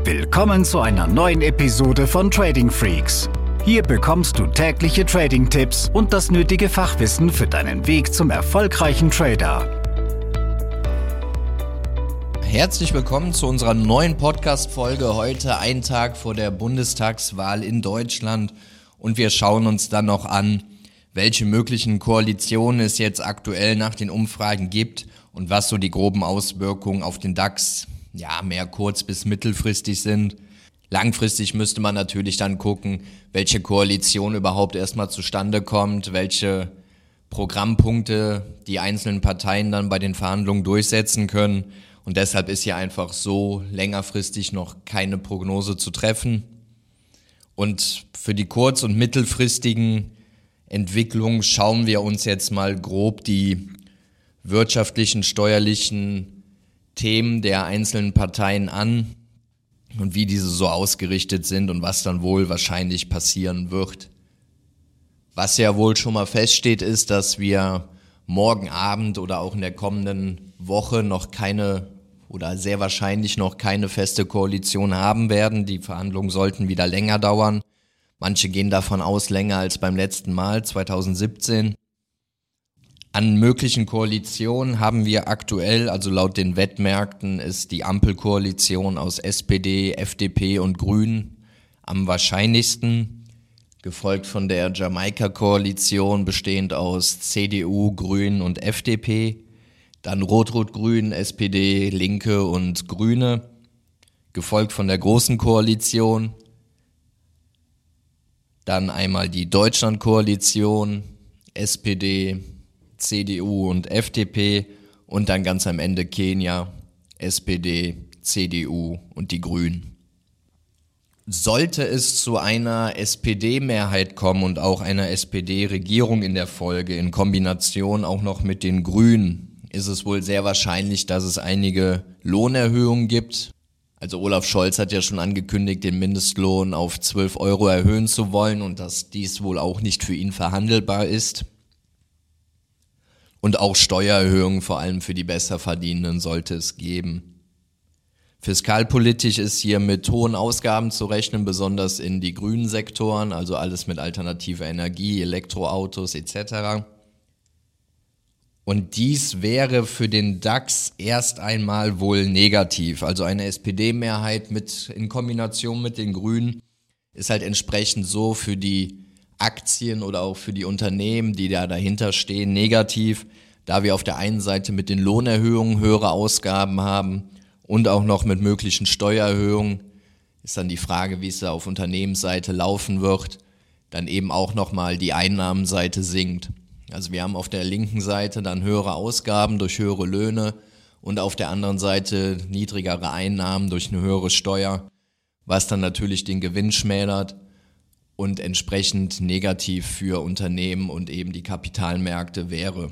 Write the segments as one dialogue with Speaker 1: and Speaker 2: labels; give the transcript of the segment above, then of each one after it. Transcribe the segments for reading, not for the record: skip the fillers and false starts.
Speaker 1: Willkommen zu einer neuen Episode von Trading Freaks. Hier bekommst du tägliche Trading-Tipps und das nötige Fachwissen für deinen Weg zum erfolgreichen Trader.
Speaker 2: Herzlich willkommen zu unserer neuen Podcast-Folge. Heute ein Tag vor der Bundestagswahl in Deutschland und wir schauen uns dann noch an, welche möglichen Koalitionen es jetzt aktuell nach den Umfragen gibt und was so die groben Auswirkungen auf den DAX mehr kurz- bis mittelfristig sind. Langfristig müsste man natürlich dann gucken, welche Koalition überhaupt erstmal zustande kommt, welche Programmpunkte die einzelnen Parteien dann bei den Verhandlungen durchsetzen können. Und deshalb ist hier einfach so längerfristig noch keine Prognose zu treffen. Und für die kurz- und mittelfristigen Entwicklungen schauen wir uns jetzt mal grob die wirtschaftlichen, steuerlichen Themen der einzelnen Parteien an und wie diese so ausgerichtet sind und was dann wohl wahrscheinlich passieren wird. Was ja wohl schon mal feststeht, ist, dass wir morgen Abend oder auch in der kommenden Woche noch keine oder sehr wahrscheinlich noch keine feste Koalition haben werden. Die Verhandlungen sollten wieder länger dauern. Manche gehen davon aus, länger als beim letzten Mal, 2017. An möglichen Koalitionen haben wir aktuell, also laut den Wettmärkten, ist die Ampelkoalition aus SPD, FDP und Grünen am wahrscheinlichsten, gefolgt von der Jamaika-Koalition bestehend aus CDU, Grünen und FDP, dann Rot-Rot-Grün, SPD, Linke und Grüne, gefolgt von der Großen Koalition, dann einmal die Deutschland-Koalition, SPD, CDU und FDP und dann ganz am Ende Kenia, SPD, CDU und die Grünen. Sollte es zu einer SPD-Mehrheit kommen und auch einer SPD-Regierung in der Folge, in Kombination auch noch mit den Grünen, ist es wohl sehr wahrscheinlich, dass es einige Lohnerhöhungen gibt. Also Olaf Scholz hat ja schon angekündigt, den Mindestlohn auf 12 Euro erhöhen zu wollen und dass dies wohl auch nicht für ihn verhandelbar ist. Und auch Steuererhöhungen, vor allem für die Besserverdienenden, sollte es geben. Fiskalpolitisch ist hier mit hohen Ausgaben zu rechnen, besonders in die grünen Sektoren, also alles mit alternativer Energie, Elektroautos etc. Und dies wäre für den DAX erst einmal wohl negativ. Also eine SPD-Mehrheit in Kombination mit den Grünen ist halt entsprechend so für die Aktien oder auch für die Unternehmen, die da dahinter stehen, negativ, da wir auf der einen Seite mit den Lohnerhöhungen höhere Ausgaben haben und auch noch mit möglichen Steuererhöhungen, ist dann die Frage, wie es da auf Unternehmensseite laufen wird, dann eben auch nochmal die Einnahmenseite sinkt. Also wir haben auf der linken Seite dann höhere Ausgaben durch höhere Löhne und auf der anderen Seite niedrigere Einnahmen durch eine höhere Steuer, was dann natürlich den Gewinn schmälert und entsprechend negativ für Unternehmen und eben die Kapitalmärkte wäre.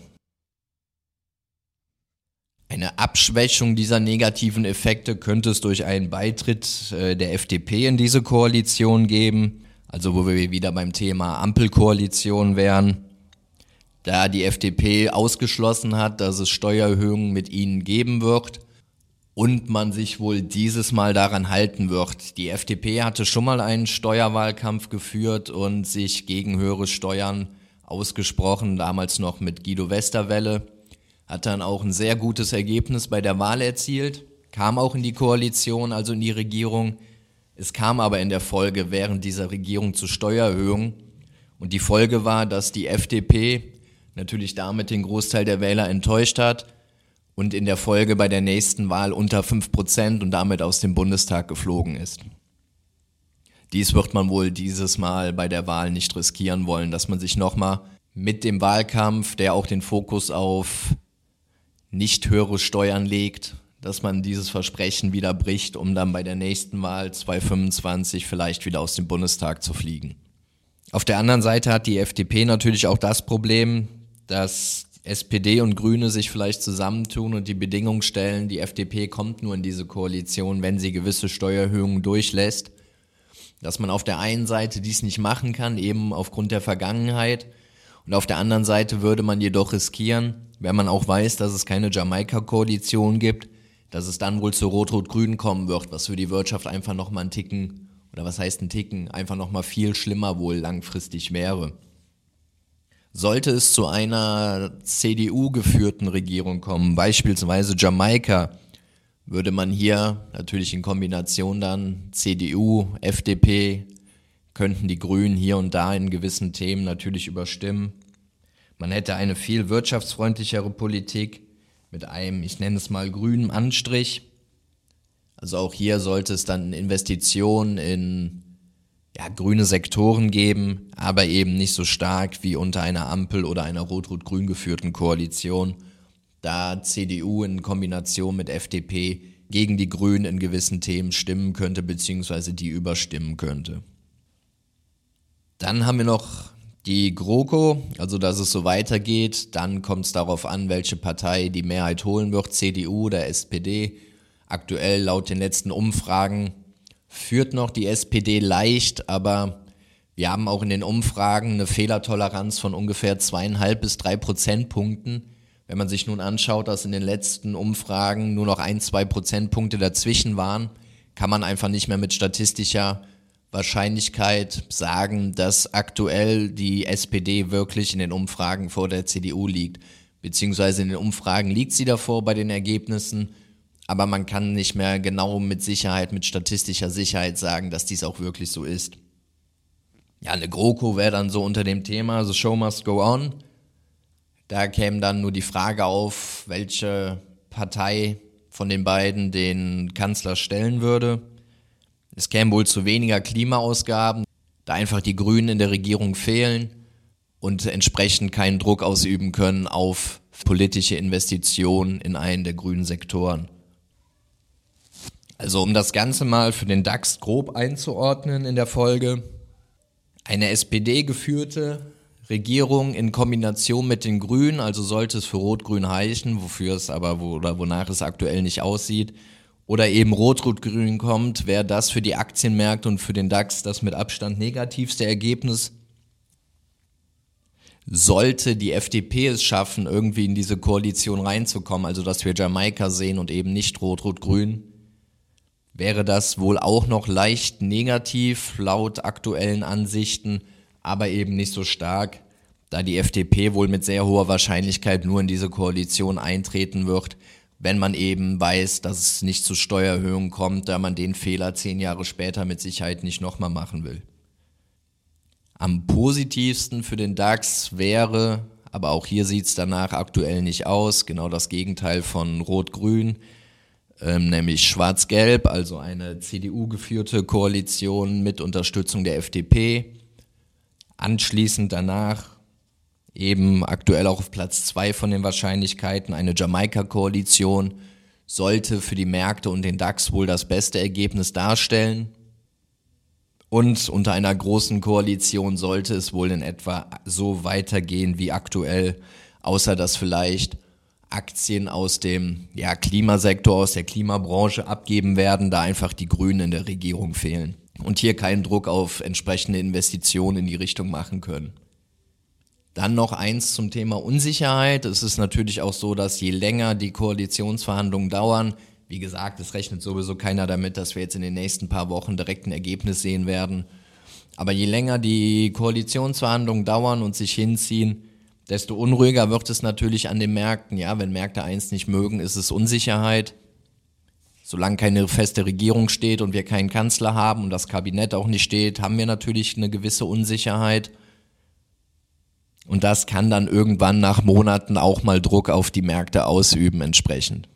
Speaker 2: Eine Abschwächung dieser negativen Effekte könnte es durch einen Beitritt der FDP in diese Koalition geben, also wo wir wieder beim Thema Ampelkoalition wären, da die FDP ausgeschlossen hat, dass es Steuererhöhungen mit ihnen geben wird. Und man sich wohl dieses Mal daran halten wird. Die FDP hatte schon mal einen Steuerwahlkampf geführt und sich gegen höhere Steuern ausgesprochen, damals noch mit Guido Westerwelle. Hat dann auch ein sehr gutes Ergebnis bei der Wahl erzielt, kam auch in die Koalition, also in die Regierung. Es kam aber in der Folge während dieser Regierung zu Steuererhöhungen. Und die Folge war, dass die FDP natürlich damit den Großteil der Wähler enttäuscht hat und in der Folge bei der nächsten Wahl unter 5% und damit aus dem Bundestag geflogen ist. Dies wird man wohl dieses Mal bei der Wahl nicht riskieren wollen, dass man sich nochmal mit dem Wahlkampf, der auch den Fokus auf nicht höhere Steuern legt, dass man dieses Versprechen wieder bricht, um dann bei der nächsten Wahl 2025 vielleicht wieder aus dem Bundestag zu fliegen. Auf der anderen Seite hat die FDP natürlich auch das Problem, dass SPD und Grüne sich vielleicht zusammentun und die Bedingung stellen, die FDP kommt nur in diese Koalition, wenn sie gewisse Steuererhöhungen durchlässt. Dass man auf der einen Seite dies nicht machen kann, eben aufgrund der Vergangenheit. Und auf der anderen Seite würde man jedoch riskieren, wenn man auch weiß, dass es keine Jamaika-Koalition gibt, dass es dann wohl zu Rot-Rot-Grün kommen wird, was für die Wirtschaft einfach nochmal einen Ticken, oder was heißt einen Ticken, einfach nochmal viel schlimmer wohl langfristig wäre. Sollte es zu einer CDU-geführten Regierung kommen, beispielsweise Jamaika, würde man hier natürlich in Kombination dann CDU, FDP, könnten die Grünen hier und da in gewissen Themen natürlich überstimmen. Man hätte eine viel wirtschaftsfreundlichere Politik mit einem, ich nenne es mal, grünen Anstrich. Also auch hier sollte es dann Investitionen in grüne Sektoren geben, aber eben nicht so stark wie unter einer Ampel oder einer rot-rot-grün geführten Koalition, da CDU in Kombination mit FDP gegen die Grünen in gewissen Themen stimmen könnte, beziehungsweise die überstimmen könnte. Dann haben wir noch die GroKo, also dass es so weitergeht. Dann kommt es darauf an, welche Partei die Mehrheit holen wird, CDU oder SPD. Aktuell laut den letzten Umfragen führt noch die SPD leicht, aber wir haben auch in den Umfragen eine Fehlertoleranz von ungefähr 2,5 bis 3 Prozentpunkten. Wenn man sich nun anschaut, dass in den letzten Umfragen nur noch 1-2 Prozentpunkte dazwischen waren, kann man einfach nicht mehr mit statistischer Wahrscheinlichkeit sagen, dass aktuell die SPD wirklich in den Umfragen vor der CDU liegt. Beziehungsweise in den Umfragen liegt sie davor bei den Ergebnissen, aber man kann nicht mehr genau mit Sicherheit, mit statistischer Sicherheit sagen, dass dies auch wirklich so ist. Ja, eine GroKo wäre dann so unter dem Thema, the show must go on. Da käme dann nur die Frage auf, welche Partei von den beiden den Kanzler stellen würde. Es käme wohl zu weniger Klimaausgaben, da einfach die Grünen in der Regierung fehlen und entsprechend keinen Druck ausüben können auf politische Investitionen in einen der grünen Sektoren. Also um das Ganze mal für den DAX grob einzuordnen in der Folge, eine SPD-geführte Regierung in Kombination mit den Grünen, also sollte es für Rot-Grün heißen, wofür es aber wonach es aktuell nicht aussieht, oder eben Rot-Rot-Grün kommt, wäre das für die Aktienmärkte und für den DAX das mit Abstand negativste Ergebnis. Sollte die FDP es schaffen, irgendwie in diese Koalition reinzukommen, also dass wir Jamaika sehen und eben nicht Rot-Rot-Grün, wäre das wohl auch noch leicht negativ laut aktuellen Ansichten, aber eben nicht so stark, da die FDP wohl mit sehr hoher Wahrscheinlichkeit nur in diese Koalition eintreten wird, wenn man eben weiß, dass es nicht zu Steuererhöhungen kommt, da man den Fehler 10 Jahre später mit Sicherheit nicht nochmal machen will. Am positivsten für den DAX wäre, aber auch hier sieht es danach aktuell nicht aus, genau das Gegenteil von Rot-Grün, nämlich Schwarz-Gelb, also eine CDU-geführte Koalition mit Unterstützung der FDP. Anschließend danach eben aktuell auch auf Platz 2 von den Wahrscheinlichkeiten eine Jamaika-Koalition sollte für die Märkte und den DAX wohl das beste Ergebnis darstellen. Und unter einer großen Koalition sollte es wohl in etwa so weitergehen wie aktuell, außer dass vielleicht Aktien aus dem Klimasektor, aus der Klimabranche abgeben werden, da einfach die Grünen in der Regierung fehlen und hier keinen Druck auf entsprechende Investitionen in die Richtung machen können. Dann noch eins zum Thema Unsicherheit. Es ist natürlich auch so, dass je länger die Koalitionsverhandlungen dauern, wie gesagt, es rechnet sowieso keiner damit, dass wir jetzt in den nächsten paar Wochen direkt ein Ergebnis sehen werden. Aber je länger die Koalitionsverhandlungen dauern und sich hinziehen, desto unruhiger wird es natürlich an den Märkten. Ja, wenn Märkte eins nicht mögen, ist es Unsicherheit. Solange keine feste Regierung steht und wir keinen Kanzler haben und das Kabinett auch nicht steht, haben wir natürlich eine gewisse Unsicherheit. Und das kann dann irgendwann nach Monaten auch mal Druck auf die Märkte ausüben entsprechend.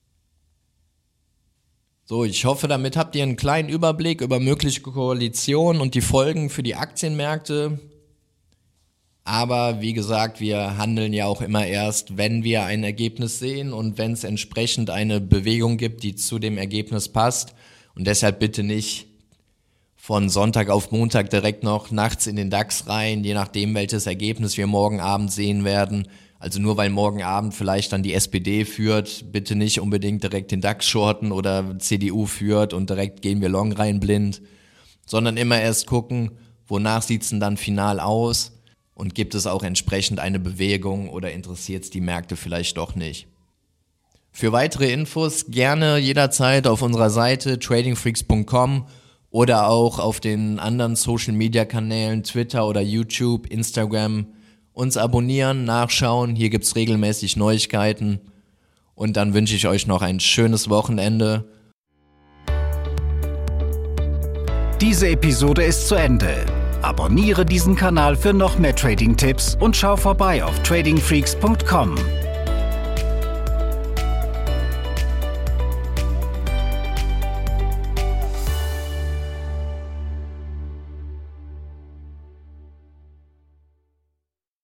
Speaker 2: So, ich hoffe, damit habt ihr einen kleinen Überblick über mögliche Koalitionen und die Folgen für die Aktienmärkte. Aber wie gesagt, wir handeln ja auch immer erst, wenn wir ein Ergebnis sehen und wenn es entsprechend eine Bewegung gibt, die zu dem Ergebnis passt. Und deshalb bitte nicht von Sonntag auf Montag direkt noch nachts in den DAX rein, je nachdem, welches Ergebnis wir morgen Abend sehen werden. Also nur weil morgen Abend vielleicht dann die SPD führt, bitte nicht unbedingt direkt den DAX shorten oder CDU führt und direkt gehen wir long rein blind, sondern immer erst gucken, wonach sieht es denn dann final aus und gibt es auch entsprechend eine Bewegung oder interessiert es die Märkte vielleicht doch nicht. Für weitere Infos gerne jederzeit auf unserer Seite tradingfreaks.com oder auch auf den anderen Social-Media-Kanälen Twitter oder YouTube, Instagram. Uns abonnieren, nachschauen, hier gibt's regelmäßig Neuigkeiten. Und dann wünsche ich euch noch ein schönes Wochenende.
Speaker 1: Diese Episode ist zu Ende. Abonniere diesen Kanal für noch mehr Trading-Tipps und schau vorbei auf tradingfreaks.com.